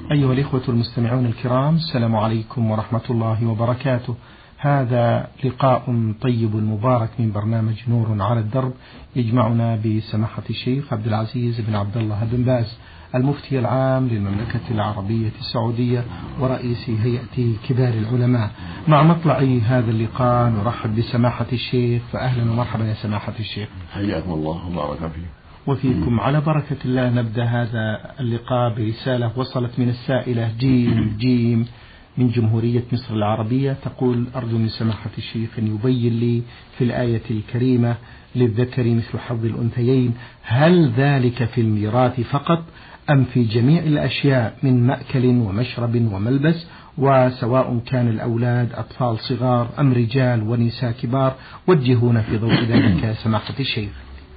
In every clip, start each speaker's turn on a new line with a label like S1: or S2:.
S1: أيها الإخوة المستمعون الكرام، السلام عليكم ورحمة الله وبركاته. هذا لقاء طيب مبارك من برنامج نور على الدرب يجمعنا بسماحة الشيخ عبد العزيز بن عبد الله بن باز المفتي العام للمملكة العربية السعودية ورئيس هيئة كبار العلماء. مع مطلع هذا اللقاء نرحب بسماحة الشيخ، فأهلا ومرحبا يا سماحة الشيخ.
S2: حياكم الله وبارك فيكم.
S1: وفيكم. على بركة الله نبدأ هذا اللقاء برسالة وصلت من السائلة جيم من جمهورية مصر العربية، تقول: أرجو من سماحة الشيخ أن يبين لي في الآية الكريمة للذكر مثل حظ الأنثيين، هل ذلك في الميراث فقط أم في جميع الأشياء من مأكل ومشرب وملبس، وسواء كان الأولاد أطفال صغار أم رجال ونساء كبار؟ وجهونا في ضوء ذلك يا سماحة الشيخ.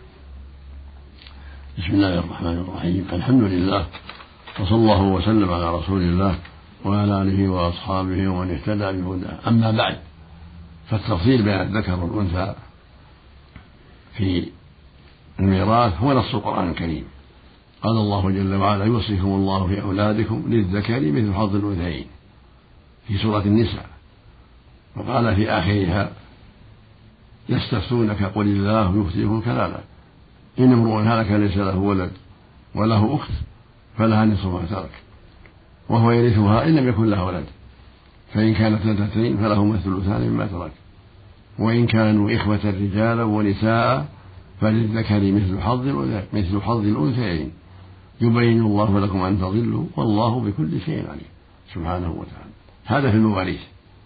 S2: بسم الله الرحمن الرحيم، الحمد لله وصلى الله وسلم على رسول الله وعلى آله وأصحابه ومن اهتدى بهداه. أما بعد، فالتفصيل بين الذكر والأنثى في الميراث هو نص القرآن الكريم. قال الله جل وعلا: يوصيكم الله في أولادكم للذكر مثل حظ الأنثيين في سورة النساء. وقال في آخرها: يستفتونك قل الله يفتيكم كلالة إن امرؤ هلك ليس له ولد وله أخت فلها نصف ما ترك وهو يرثها إن لم يكن له ولد، فإن كانت اثنتين فلهما الثلثان مما ترك، وإن كانوا إخوة رجالا ونساء فللذكر مثل حظ الأنثيين يبين الله لكم أن تضلوا والله بكل شيء عليم سبحانه وتعالى. هذا في المواريث.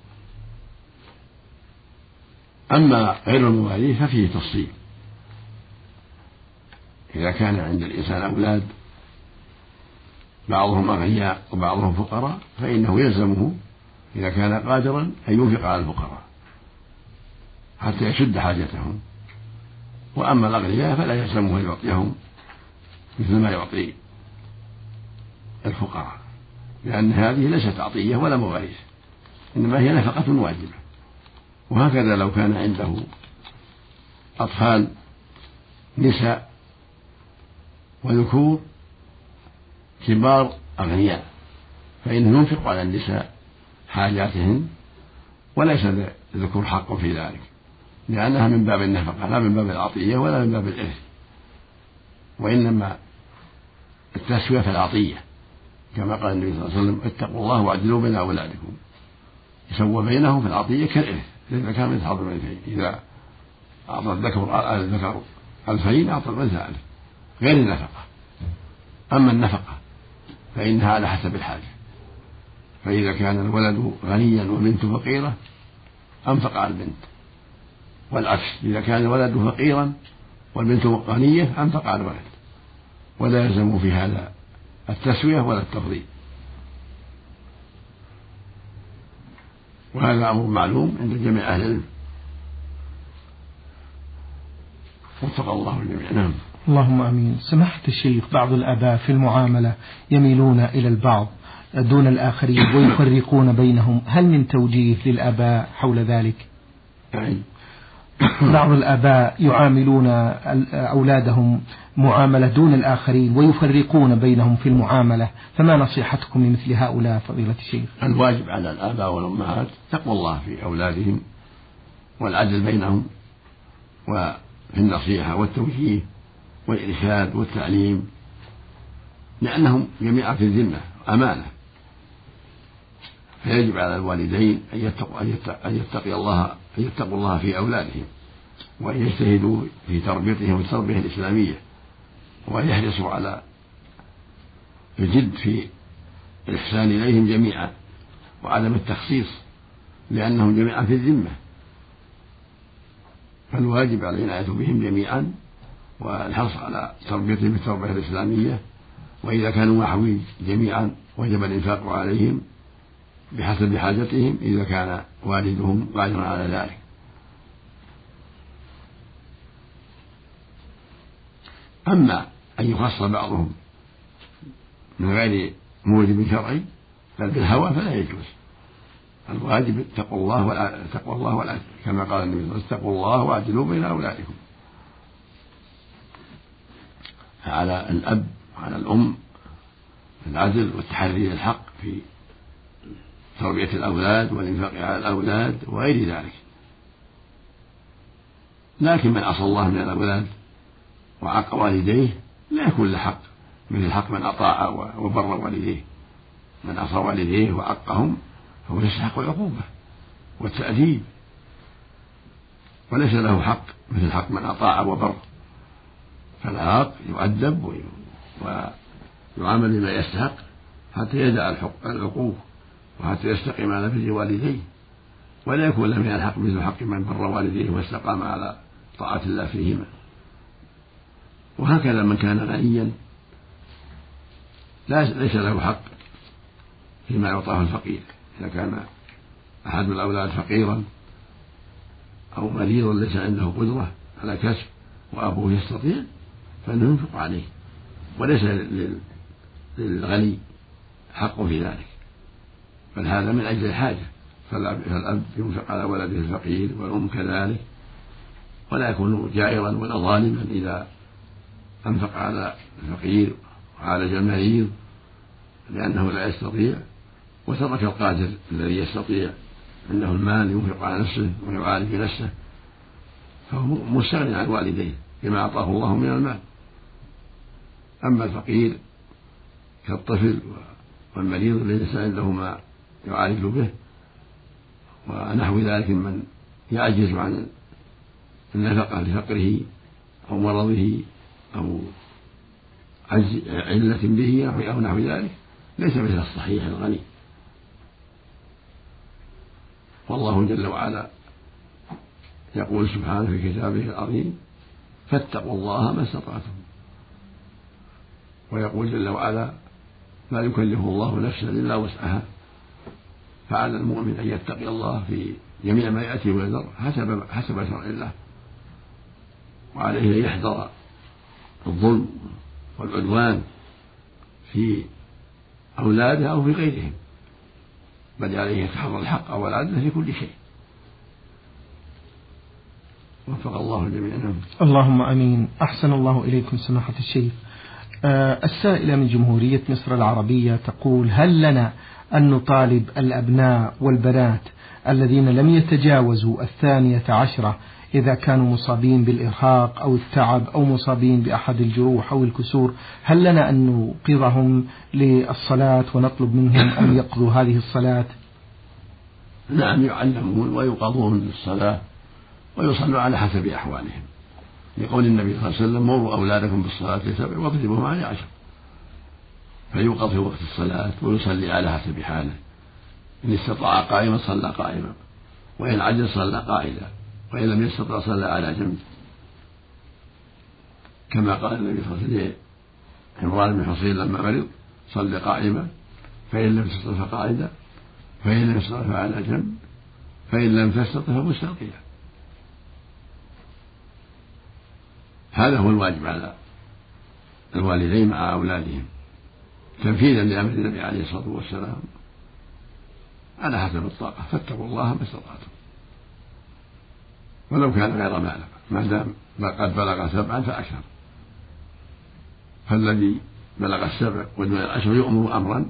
S2: أما غير المواريث ففيه تفصيل. إذا كان عند الإنسان أولاد بعضهم أغنياء وبعضهم فقراء فإنه يلزمه إذا كان قادرا أن ينفق على الفقراء حتى يسد حاجتهم، وأما الأغنياء فلا يلزمه أن يعطيهم مثل ما يعطي الفقراء، لأن هذه ليست عطية ولا مواريث، إنما هي نفقة واجبة. وهكذا لو كان عنده أطفال نساء وذكور كبار أغنياء فإنه ينفق على النساء حاجاتهن وليس للذكور حق في ذلك، لأنها من باب النفقة لا من باب العطية ولا من باب الإرث، وإنما التسوية في العطية، كما قال النبي صلى الله عليه وسلم: اتقوا الله واعدلوا بين أولادكم. يسوى بينهم في العطية كالإرث، إذا كان مثل حظ الأنثيين، إذا أعطى الذكر 2000 أعطى الأنثى 1000 غير النفقة. أما النفقة فإنها على حسب الحاجة، فإذا كان الولد غنيا والبنت فقيرة أنفق على البنت، والعكس إذا كان الولد فقيرا والبنت غنية أنفق على الولد، ولا يلزم في هذا التسوية ولا التفضيل. وهذا أمر معلوم عند جميع أهل العلم. وفق الله الجميع. نعم.
S1: اللهم آمين. سماحة الشيخ، بعض الآباء في المعاملة يميلون إلى البعض دون الآخرين ويفرقون بينهم، هل من توجيه للآباء حول ذلك؟ بعض الآباء يعاملون أولادهم معاملة دون الآخرين ويفرقون بينهم في المعاملة، فما نصيحتكم لمثل هؤلاء فضيلة الشيخ؟
S2: الواجب على الآباء والأمهات تقوى الله في أولادهم والعدل بينهم، وفي النصيحة والتوجيه والإرشاد والتعليم، لأنهم جميعا في الذمة أمانة، فيجب على الوالدين أن يتقوا الله في أولادهم، وأن يجتهدوا في تربيتهم التربية الإسلامية، وأن يحرصوا على الجد في الإحسان إليهم جميعا وعدم التخصيص، لأنهم جميعا في الذمة، فالواجب على العناية بهم جميعا والحرص على تربيتهم بالتربية الإسلامية. وإذا كانوا محوي جميعا وجب الإنفاق عليهم بحسب حاجتهم إذا كان والدهم قادرا على ذلك. أما أن يخص بعضهم من غير موجب شرعي بل بالهوى فلا يجوز. الواجب تقوى الله والعدل، كما قال النبي صلى الله عليه وسلم: اتقوا الله واعدلوا بين أولادكم. فعلى الأب وعلى الأم العدل والتحري للحق في تربية الأولاد والإنفاق على الأولاد وغير ذلك. لكن من عصى الله من الأولاد وعاق والديه لا يكون له حق مثل حق من أطاع وبر والديه. من عصى والديه وعقهم فهو يستحق العقوبة والتأديب، وليس له حق مثل حق من أطاع وبر. فالعاق يؤدب ويعامل بما يستحق حتى يدع العقوق وحتى يستقيم على بر والديه، ولا يكون له من الحق مثل حق من بر والديه واستقام على طاعة الله فيهما. وهكذا من كان غنيا ليس له حق فيما يعطاه الفقير. إذا كان أحد الأولاد فقيرا أو مريضا ليس عنده قدرة على كسب وأبوه يستطيع فإنه ينفق عليه، وليس للغني حق في ذلك، بل هذا من أجل الحاجة. فالأب ينفق على ولده الفقير والأم كذلك، ولا يكون جائرا ولا ظالما إذا أنفق على الفقير وعالج المريض لأنه لا يستطيع، وترك القادر الذي يستطيع عنده المال ينفق على نفسه ويعالج نفسه، فهو مستغني عن والديه بما أعطاه الله من المال. أما الفقير كالطفل والمريض الذي عنده ما يعالج به ونحو ذلك من يعجز عن النفقة لفقره أو مرضه أو علة به أو نحو ذلك، ليس مثل الصحيح الغني. والله جل وعلا يقول سبحانه في كتابه العظيم: فاتقوا الله ما استطعتم. ويقول جل وعلا: لا يكلف الله نفسا إلا وسعها. فعلى المؤمن أن يتقي الله في جميع ما يأتي ويذر حسب شرع الله، وعليه أن يحذر الظلم والعدوان في أولاده أو في غيرهم، بل عليه يتحرى الحق والعدل في كل شيء. وفق الله الجميع.
S1: اللهم آمين. أحسن الله إليكم سماحة الشيخ. السائلة من جمهورية مصر العربية تقول: هل لنا أن نطالب الأبناء والبنات الذين لم يتجاوزوا 12 إذا كانوا مصابين بالإرهاق أو التعب أو مصابين بأحد الجروح أو الكسور، هل لنا أن نوقظهم للصلاة ونطلب منهم أن يقضوا هذه الصلاة؟
S2: نعم، يعلمون ويوقظون للصلاة ويصلوا على حسب أحوالهم، لقول النبي صلى الله عليه وسلم: مروا أولادكم بالصلاة ل7 واضربوهم على 10. فيوقظ في وقت الصلاة ويصلي على حسب حاله. إن استطاع قائما صلى قائما، وإن عجز صلى قائلا، وإن لم يستطع صلى على جنب، كما قال النبي صلى الله عليه وسلم عمران بن حصين لما مرض: صل قائما، فإن لم تستطع فقاعدا، فإن لم تستطع فعلى جنب، فإن لم تستطع فمستلقيا. هذا هو الواجب على الوالدين مع أولادهم، تنفيذا لأمر النبي عليه الصلاة والسلام على حسب الطاقة. فاتقوا الله ما استطعتم، ولو كان غير بالغ ما دام قد بلغ 7 فأكثر. فالذي بلغ 7 ودون 10 يؤمر أمرا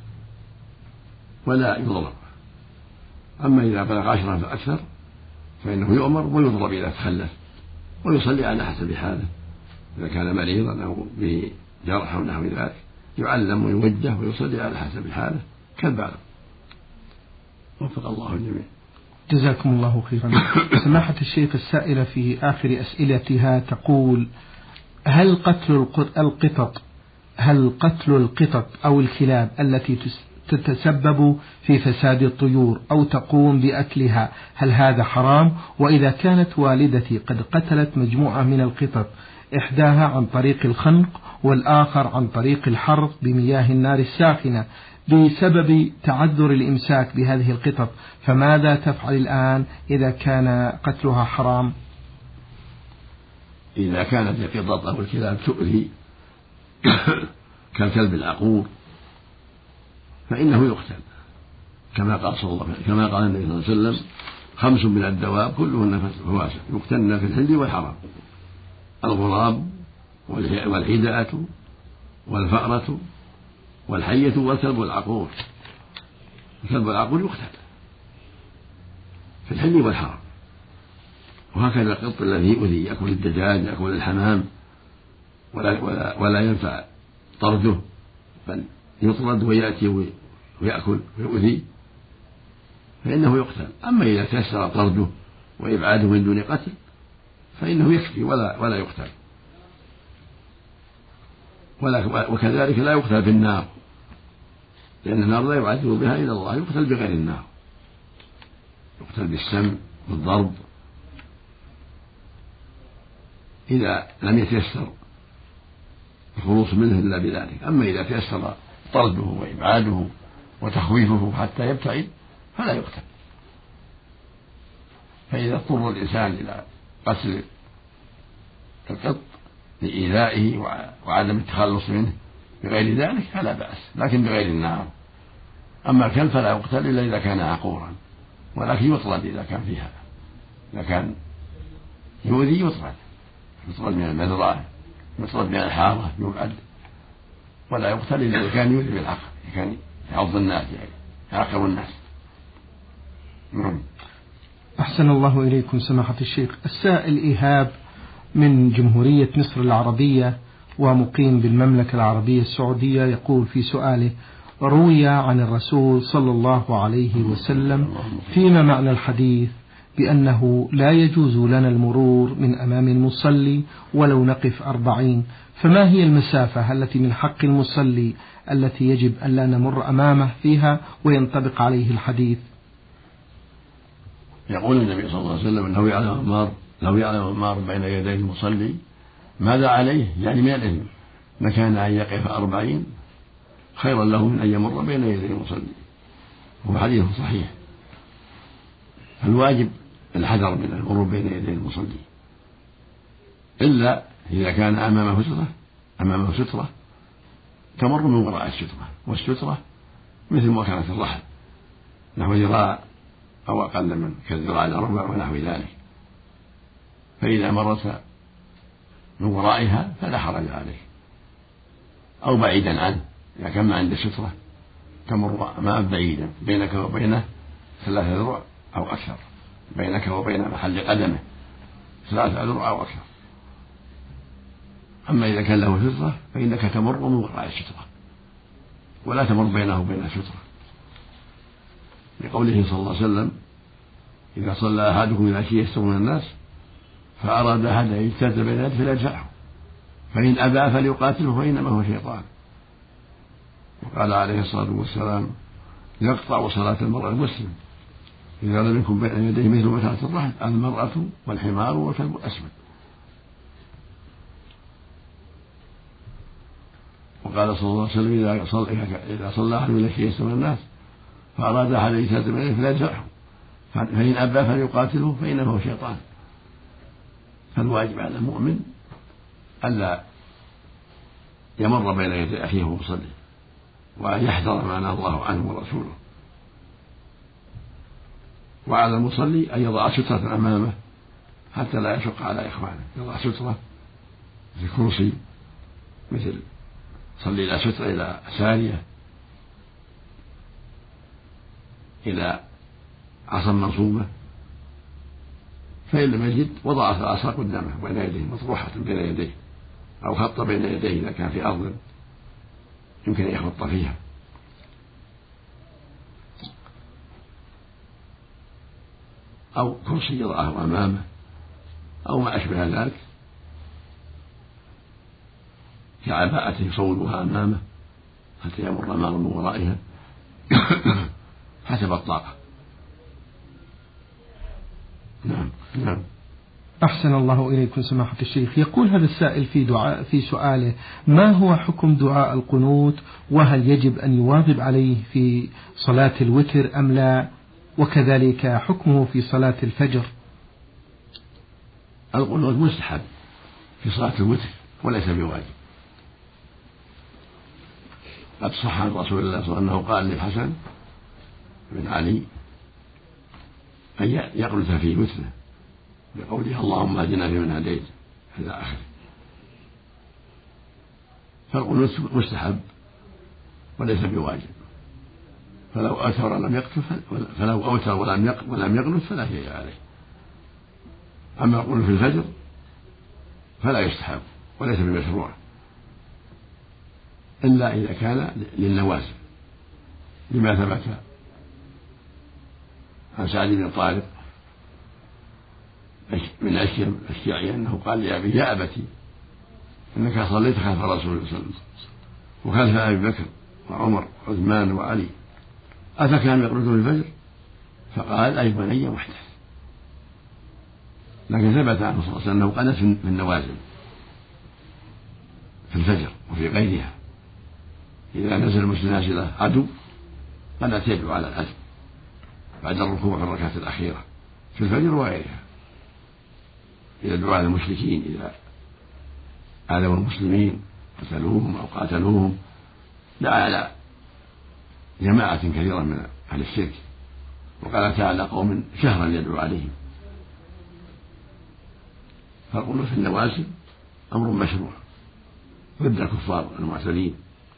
S2: ولا يضرب. أما إذا بلغ 10 فأكثر فإنه يؤمر ويضرب إذا تخلف، ويصلي على حسب حاله. إذا كان مريضا أو به جرح أو نحو ذلك يعلم ويوجه ويصلي على حسب حاله كالبالغ. وفق الله الجميع.
S1: جزاكم الله خيرا. سماحة الشيخ، السائلة في آخر أسئلتها تقول: هل قتل القطط أو الكلاب التي تتسبب في فساد الطيور أو تقوم بأكلها، هل هذا حرام؟ وإذا كانت والدتي قد قتلت مجموعة من القطط، إحداها عن طريق الخنق والآخر عن طريق الحرق بمياه النار الساخنة بسبب تعذر الإمساك بهذه القطط، فماذا تفعل الآن إذا كان قتلها حرام؟
S2: إذا كانت القطط أو الكلاب تؤذي كالكلب العقور فإنه يقتل، كما قال النبي صلى الله عليه وسلم: 5 من الدواب كلهن فواسق يقتلن في الحل والحرام: الغراب والحدأة والفأرة والحية والكلب العقور. الكلب العقور يقتل في الحل والحرم، وهكذا القط الذي يؤذي يأكل الدجاج يأكل الحمام ولا ينفع طرده، بل يطرد ويأتي ويأكل ويؤذي فإنه يقتل. أما إذا تيسر طرده وإبعاده من دون قتل فإنه يكفي ولا يقتل. وكذلك لا يقتل بالنار، لأن النار لا يعذب بها إلا الله، يقتل بغير النار، يقتل بالسم بالضرب إذا لم يتيسر الخلوص منه إلا بذلك. أما إذا تيسر طرده وإبعاده وتخويفه حتى يبتعد فلا يقتل. فإذا اضطر الإنسان إلى قتل القط لإيذائه وعدم التخلص منه بغير ذلك فلا بأس، لكن بغير النار. أما الكلب فلا يقتل إلا إذا كان عقورا، ولكن يطرد إذا كان فيها، إذا كان يؤذي يطرد من المزرعة، يطرد من الحارة، يبعد، ولا يقتل إلا إذا كان يؤذي بالعقل، إذا كان يعض الناس يعني يعقر الناس.
S1: أحسن الله إليكم سماحة الشيخ. السائل إيهاب من جمهورية مصر العربية ومقيم بالمملكة العربية السعودية يقول في سؤاله: روي عن الرسول صلى الله عليه وسلم فيما معنى الحديث بأنه لا يجوز لنا المرور من أمام المصلي ولو نقف 40، فما هي المسافة التي من حق المصلي التي يجب أن لا نمر أمامه فيها وينطبق عليه الحديث؟
S2: يقول النبي صلى الله عليه وسلم أنه لو يعلم عمار بين يدي المصلي ماذا عليه، يعني من الإثم، لكان أن يقف 40 خيرا له من أن يمر بين يدي المصلي. هو حديث صحيح. الواجب الحذر من المرور بين يدي المصلي، إلا إذا كان أمامه سترة تمر من وراء السترة، والسترة مثل ما كانت الرحل نحو ذراع أو أقل من كالذراع الأربع ونحو ذلك، فإذا مرت من ورائها فلا حرج عليه، أو بعيدا عنه إذا كان ما عنده سترة تمر ما بعيدا بينك وبينه 3 أذرع أو أكثر، بينك وبين محل قدمه 3 أذرع أو أكثر. أما إذا كان له سترة فإنك تمر من وراء السترة ولا تمر بينه وبين السترة، لقوله صلى الله عليه وسلم: إذا صلى أحدكم إلى شيء يستر من الناس فأراد أحد أن يجتاز بين يديه فليدفعه، فإن أبى فليقاتله فإنما هو شيطان. وقال عليه الصلاة والسلام: يقطع صلاة المرء المسلم إذا لم يكن بين يديه مثل متاعة الرحل المرأة والحمار والكلب الأسود. وقال صلى الله عليه وسلم: إذا صلى أحد إلى شيء يستر من الناس فأراد أحد أن يجتاز بين يديه فليدفعه، فإن أبى فليقاتله فإنما هو شيطان. فالواجب على المؤمن ألا يمر بين يدي أخيه وهو يصلي، وأن يحذر ما نهى الله عنه ورسوله. وعلى المصلي أن يضع سترة أمامه حتى لا يشق على إخوانه، يضع سترة مثل كرسي، مثل صلي إلى سترة، إلى سارية، إلى عصا منصوبة، فإن لم يجد وضع العصا قدامه بين يديه مطروحة بين يديه، أو خط بين يديه إذا كان في أرض يمكن أن يخط فيها. أو كرسي يضعه أمامه أو ما أشبه ذلك، كعباءة يصولها أمامه حتى يمر النار من ورائها حسب الطاقة. نعم.
S1: أحسن الله إليكم سماحة الشيخ. يقول هذا السائل في سؤاله: ما هو حكم دعاء القنوت، وهل يجب أن يواظب عليه في صلاة الوتر أم لا، وكذلك حكمه في صلاة الفجر؟
S2: القنوت مستحب في صلاة الوتر وليس بواجب. قد صح عن رسول الله صلى الله عليه وسلم أنه قال للحسن بن علي أن يقنت في وتره بقوله: اللهم اهدنا فيمن هديت إلى آخره. فالقنوت مستحب وليس بواجب، فلو أوتر ولم يقنت فلا شيء عليه. أما القنوت في الفجر فلا يستحب وليس بمشروع إلا إذا كان للنوازل، لما ثبت عن سعد بن طارق من الشيعي أنه قال لأبي: يا أبتي إنك صليت خلف رسول الله صلى الله عليه وسلم وخلف أبي بكر وعمر وعثمان وعلي، أفكانوا يقنطون في الفجر؟ فقال: أي بني محدث. لكن ثبت عنه صلى الله عليه وسلم أنه قنت في النوازل في الفجر وفي غيرها، إذا نزل المسلم نازلة عدو قنت يدعو على العدو بعد الركوع في الركعة الأخيرة في الفجر وغيرها، إذا دعوا على المشركين، إذا آذوا المسلمين قتلوهم أو قاتلوهم، دعا على جماعة كثيرة من أهل الشرك، وقال تعالى: قوم شهرا يدعو عليهم. فالقنوت في النوازل أمر مشروع ضد الكفار المعتدين.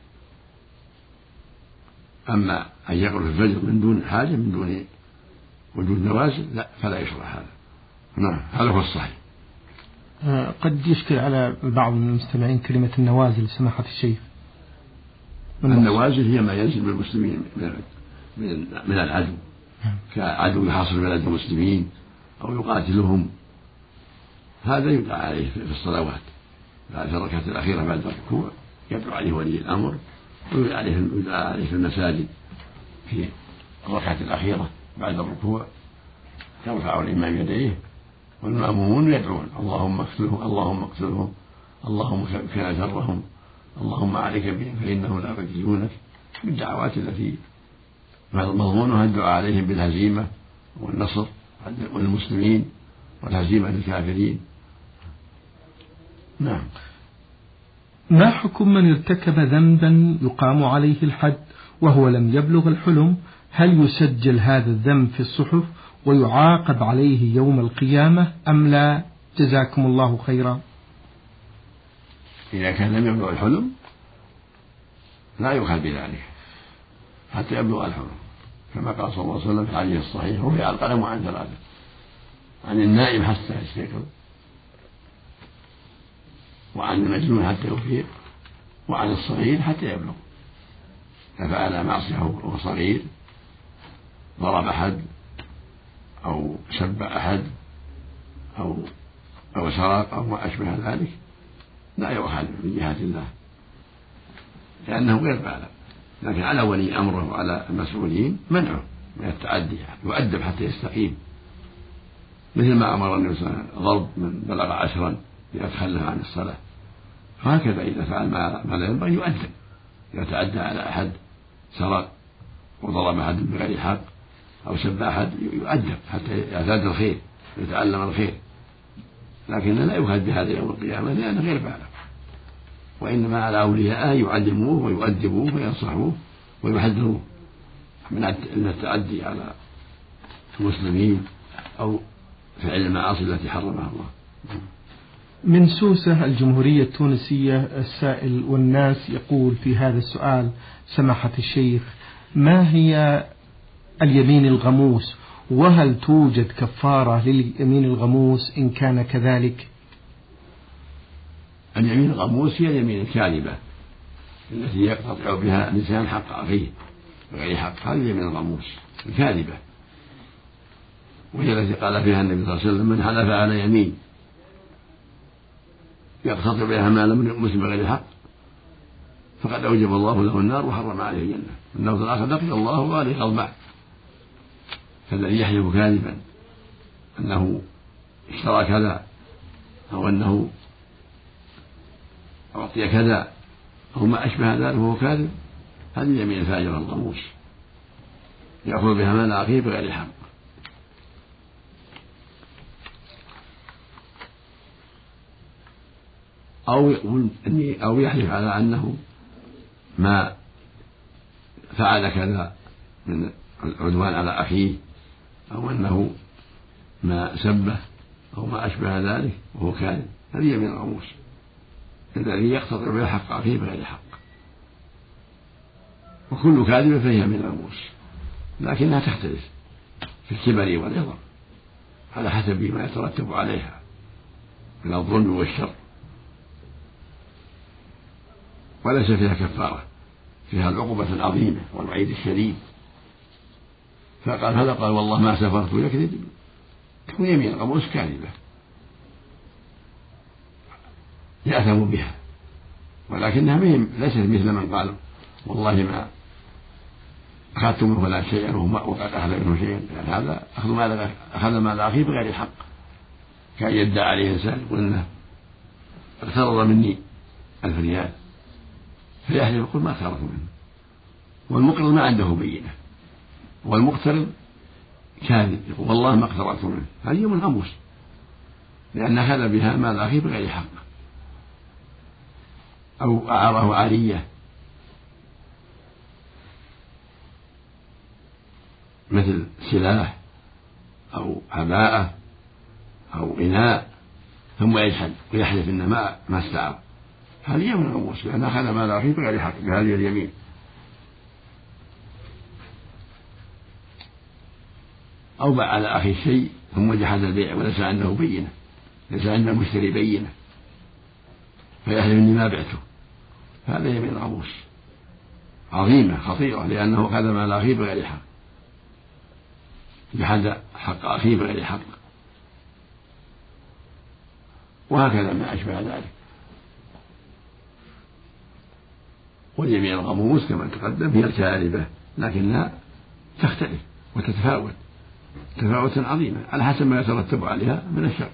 S2: أما أن يقنط في الفجر من دون حاجة، من دون وجود نوازل، لا، فلا يشرع هذا. نعم، هذا هو الصحيح.
S1: قد يشكل على بعض المستمعين كلمة النوازل سماحة الشيخ.
S2: النوازل هي ما ينزل بالمسلمين من العدو، كعدو يحاصر بلاد المسلمين أو يقاتلهم، هذا يدعى عليه في الصلوات في الركعة الأخيرة بعد الركوع، يدعو عليه ولي الأمر، ويدعى عليه في المساجد في الركعة الأخيرة بعد الركوع، يرفع الإمام يديه والمأمومون يدعون: اللهم اقتلهم، اللهم اقتلهم، اللهم كفنا شرهم، اللهم عليك بهم فإنهم لا يقتلونك، بالدعوات التي مضمونها الدعاء عليهم بالهزيمة والنصر والمسلمين والهزيمة للكافرين. نعم.
S1: ما حكم من ارتكب ذنبا يقام عليه الحد وهو لم يبلغ الحلم؟ هل يسجل هذا الذنب في الصحف ويعاقب عليه يوم القيامة أم لا؟ جزاكم الله خيرا.
S2: إذا كان لم يبلغ الحلم لا يؤخذ بذلك حتى يبلغ الحلم، كما قال صلى الله عليه وسلم في الحديث الصحيح: رفع القلم عن ثلاثة، عن النائم حتى يستيقظ، وعن المجنون حتى يفيق، وعن الصغير حتى يبلغ. ففعل معصية وهو صغير، ضرب أحد أو سب أحد أو سرق أو ما أشبه ذلك، لا يؤخذ من جهة الله لأنه غير بالغ، لكن على ولي أمره وعلى المسؤولين منعه من التعدي، يؤدب حتى يستقيم، مثل ما أمر النبي صلى الله عليه وسلم ضرب من بلغ 10 ليتخلف عن الصلاة. هكذا إذا فعل ما لا ينبغي يؤدب، يتعدى على أحد، سرق وضرب أحد بغير حق أو سب أحد، يؤدب حتى يعتاد الخير ويتعلم الخير، لكن لا يؤخذ بهذا يوم القيامة لأنه غير بالغ، وإنما على أولياءه يعلموه ويؤدبوه وينصحوه ويحذروه من التعدي على المسلمين أو فعل المعاصي التي حرمها الله.
S1: من سوسة الجمهورية التونسية السائل والناس يقول في هذا السؤال: سماحة الشيخ، ما هي اليمين الغموس؟ وهل توجد كفارة لليمين الغموس إن كان كذلك؟
S2: اليمين الغموس هي اليمين الكاذبة التي يقتطع بها الإنسان حق أخيه بغير حق، هذه اليمين الغموس الكاذبة، وهي التي قال فيها النبي صلى الله عليه وسلم: من حلف على يمين يقتطع بها مال مسلم بغير حق فقد أوجب الله له النار وحرم عليه الجنة. النوع الآخر: لقي الله وعليه غضبان. فالذي يحلف كاذبا أنه اشترى كذا أو أنه أعطي كذا أو ما أشبه ذلك وهو كاذب، هذه اليمين الفاجرة الغموس يأخذ بها مال أخيه بغير حق. أو يحلف على أنه ما فعل كذا من العدوان على أخيه أو أنه ما سبه أو ما أشبه ذلك وهو كاذب، هذه يمين غموس الذي يقتطع بها حق أخيه بغير حق. وكل كاذبة فهي من الغموس، لكنها تختلف في الكبر والعظم على حسب ما يترتب عليها من الظلم والشر، وليس فيها كفارة، فيها العقوبة العظيمة والوعيد الشديد. فقال هذا قال والله ما سافرت يكذب، تكون يمين الغموس كاذبة يأثم بها، ولكنها ليست مثل من قال والله ما أخذت منه ولا شيئا وقد أخذ منه شيئا، يعني هذا أخذ مال أخيه بغير حق، كان يدعي عليه إنسان يقول إنه اقترض مني 1000 ريال فيحلف يقول ما اقترضت منه، والمقرض ما عنده بينة، والمقترض كاذب يقول والله ما اقترضت منه، هذه من غموس لأن أخذ بها مال أخيه بغير حق، أو أعاره عارية مثل سلاح أو عباءة أو إناء ثم يجحد ويحلف إنه ما استعار، هذه من الغموس لأن أخذ مال أخيه بغير حق بهذه اليمين. أو باع على أخيه شيء ثم جحد البيع وليس عنده بينة، ليس عند المشتري بينة فيحلف إني ما بعته، هذا يمين غموس عظيمة خطيرة لأنه أخذ مال أخيه بغير حق، جحد حق أخيه بغير حق، وهكذا ما أشبه ذلك. واليمين الغموس كما تقدم هي الكاذبة لكنها تختلف وتتفاوت تفاوتا عظيما على حسب ما يترتب عليها من الشر.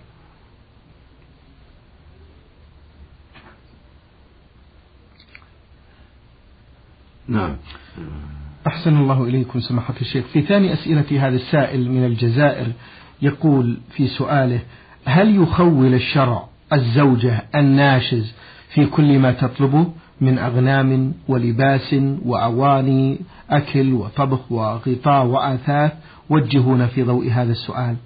S2: نعم.
S1: أحسن الله إليكم سماحة الشيخ. في ثاني أسئلة هذا السائل من الجزائر يقول في سؤاله: هل يخول الشرع الزوجة الناشز في كل ما تطلبه من أغنام ولباس وأواني أكل وطبخ وغطاء وآثاث؟ وجهونا في ضوء هذا السؤال.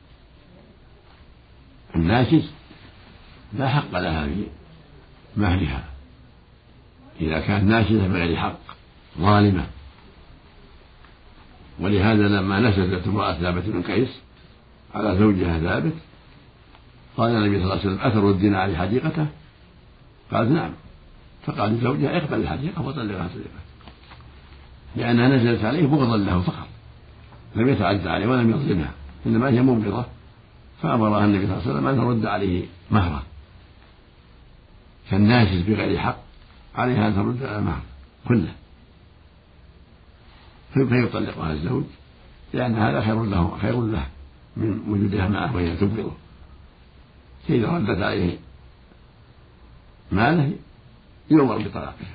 S2: الناشز لا حق لها في مهرها إذا كانت ناشزة بغير حق ظالمة، ولهذا لما نشزت امرأة ثابت بن قيس على زوجها ثابت قال النبي صلى الله عليه وسلم: أتردين عليه حديقته؟ قالت: نعم. فقال لزوجها: اقبل الحديقة وطلقها طلقة، لأنها نزلت عليه بغضا له فقط، لم يتعدى عليه ولم يظلمها، إنما هي مبغضة، فأمرها النبي صلى الله عليه وسلم أن ترد عليه مهره. فالناشز بغير حق عليها أن ترد المهر كله فيطلقها الزوج، لأن هذا خير له من وجودها معه وهي تبغضه. فإذا ردت عليه ماله يؤمر بطلاقها،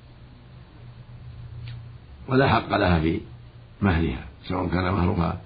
S2: ولا حق لها في مهرها سواء كان مهرها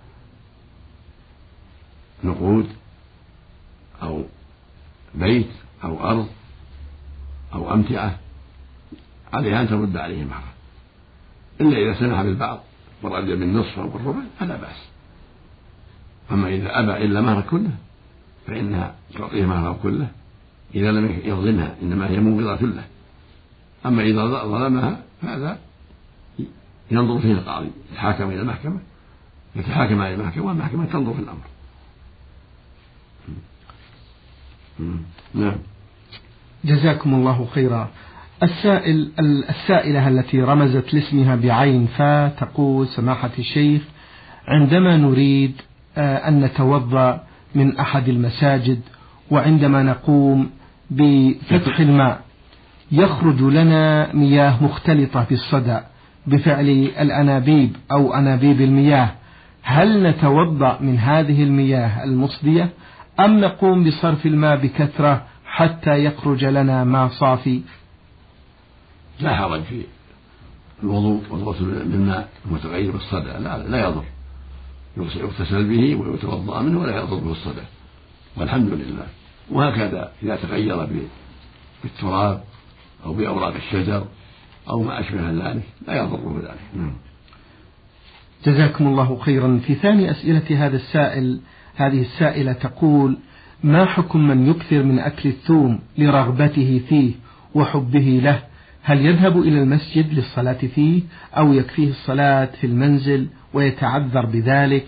S2: نقود أو بيت أو أرض أو أمتعة، عليها أن ترد عليه مهره، إلا إذا سمح بالبعض ورد بالنصف أو بالربع فلا بأس. أما إذا أبى إلا مهر كله فإنها تعطيه مهره كله إذا لم يظلمها، إنما هي مبغضة له. أما إذا ظلمها فهذا ينظر فيه القاضي، يتحاكم إلى المحكمة، يتحاكم على المحكمة والمحكمة تنظر في الأمر. نعم.
S1: جزاكم الله خيرا. السائلة التي رمزت لاسمها بعين فا تقول: سماحة الشيخ، عندما نريد أن نتوضأ من أحد المساجد وعندما نقوم بفتح الماء يخرج لنا مياه مختلطة بالصدى بفعل الأنابيب أو أنابيب المياه، هل نتوضأ من هذه المياه المصدية أم نقوم بصرف الماء بكثرة حتى يخرج لنا ماء صافي؟
S2: لا حرج في الوضوء والغسل بالماء المتغير بالصدى، لا يضر، يغتسل به ويتوضأ منه ولا يضر به الصدى، والحمد لله. وهكذا إذا تغير بالتراب أو بأوراق الشجر أو ما أشبه ذلك لا يضر ذلك.
S1: جزاكم الله خيرا. في ثاني أسئلة هذه السائلة تقول: ما حكم من يكثر من أكل الثوم لرغبته فيه وحبه له؟ هل يذهب إلى المسجد للصلاة فيه أو يكفيه الصلاة في المنزل ويتعذر بذلك؟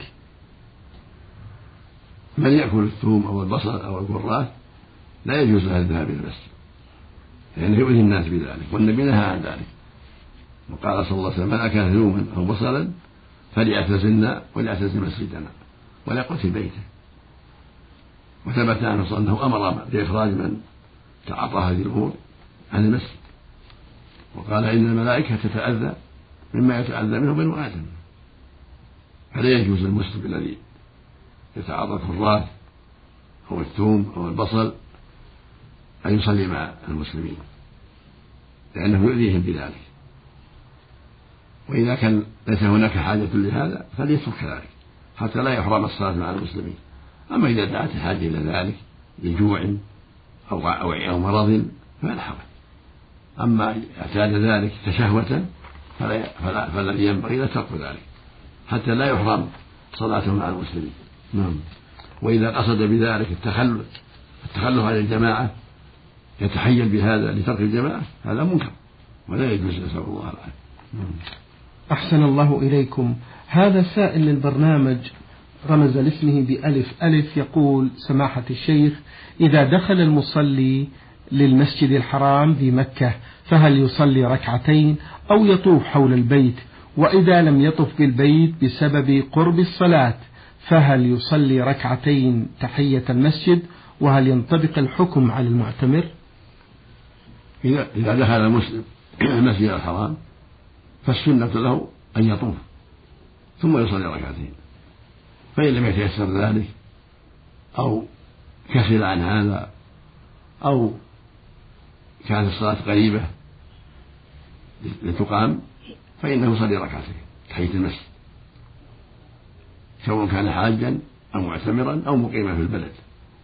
S2: من يأكل الثوم أو البصل أو الكراث لا يجوز له الذهاب إلى المسجد، لأنه يؤذي الناس بذلك، والنبي نهى عن ذلك، وقال صلى الله عليه وسلم: من أكل ثوما أو بصلا فليعتزلنا وليعتزل مسجدنا وليقعد في بيته. وثبت عنه أنه أمر بإخراج من تعاطى هذه الأمور عن المسجد، وقال: إن الملائكة تتأذى مما يتأذى منه بنو آدم. فلا يجوز للمسلم الذي يتعاطى الكراث أو الثوم أو البصل أن يصلي مع المسلمين، لأنه يؤذيهم بذلك. وإذا كان ليس هناك حاجة لهذا فليترك ذلك حتى لا يحرم الصلاة مع المسلمين. أما إذا دعت الحاجة إلى ذلك لجوع أو مرض فلا حرج. أما اعتاد ذلك تشهوة فالذي ينبغي لا ترك ذلك حتى لا يحرم صلاته مع المسلمين. نعم. وإذا قصد بذلك التخلف عن الجماعة يتحيل بهذا لترك الجماعة هذا منكر ولا يجوز، نسأل الله العافية.
S1: أحسن الله إليكم. هذا سائل للبرنامج رمز لاسمه بألف ألف، يقول: سماحة الشيخ، إذا دخل المصلي للمسجد الحرام بمكة فهل يصلي ركعتين أو يطوف حول البيت؟ وإذا لم يطف بالبيت بسبب قرب الصلاة فهل يصلي ركعتين تحية المسجد؟ وهل ينطبق الحكم على المعتمر؟
S2: إذا دخل المسلم المسجد الحرام فالسنة له أن يطوف ثم يصلي ركعتين، فإن لم يتيسر ذلك أو كسل عن هذا أو كانت الصلاة قريبة لتقام فإنه يصلي ركعتين تحية المسجد، سواء كان حاجا أو معتمرا أو مقيما في البلد.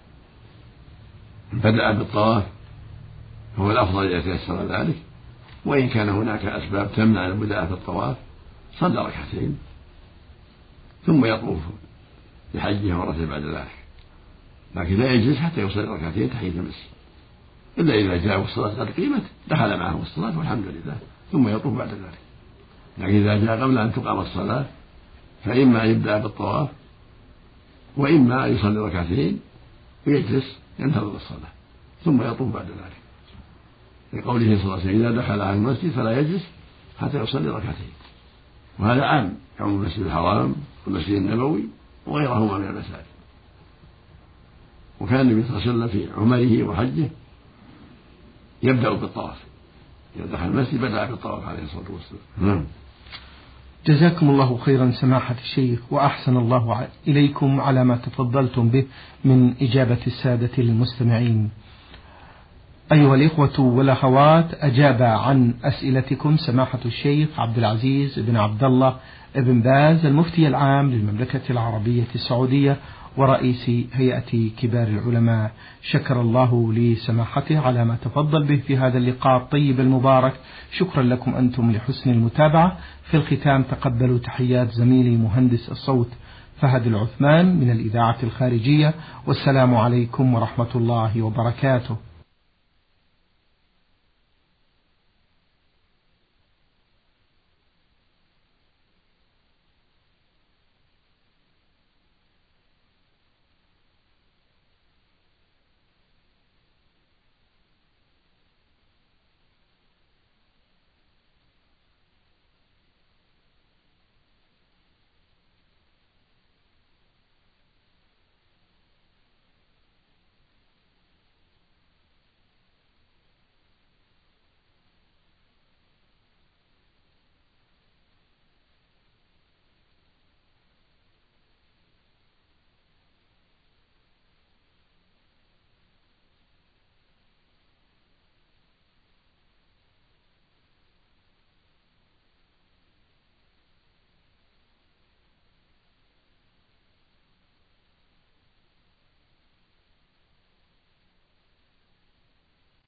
S2: بدأ بالطواف هو الأفضل إذا تيسر ذلك، وإن كان هناك أسباب تمنع البدء في الطواف صلى ركعتين ثم يطوف بحجه مرة بعد ذلك، لكن لا يجلس حتى يصلي ركعتين تحية المسجد إلا إذا جاء الصلاة قد قيمت دخل معه الصلاة والحمد لله ثم يطوف بعد ذلك. لكن إذا جاء قبل أن تقام الصلاة فإما أن يبدأ بالطواف وإما أن يصلي ركعتين ويجلس ينتظر الصلاة ثم يطوف بعد ذلك، لقوله صلى الله عليه وسلم: إذا دخل على المسجد فلا يجلس حتى يصلي ركعتين. وهذا عام يعم المسجد الحرام والمسجد النبوي وغيرهما من المساجد. وكان النبي صلى الله عليه وسلم في عمره وحجه يبدأ بالطواف، إذا دخل المسجد بدأ بالطواف عليه الصلاة والسلام.
S1: جزاكم الله خيرا سماحة الشيخ، وأحسن الله إليكم على ما تفضلتم به من إجابة السادة المستمعين. أيها الإخوة والأخوات، أجاب عن أسئلتكم سماحة الشيخ عبد العزيز بن عبد الله بن باز المفتي العام للمملكة العربية السعودية ورئيس هيئة كبار العلماء. شكر الله لسماحته على ما تفضل به في هذا اللقاء الطيب المبارك. شكرا لكم أنتم لحسن المتابعة. في الختام تقبلوا تحيات زميلي مهندس الصوت فهد العثمان من الإذاعة الخارجية، والسلام عليكم ورحمة الله وبركاته.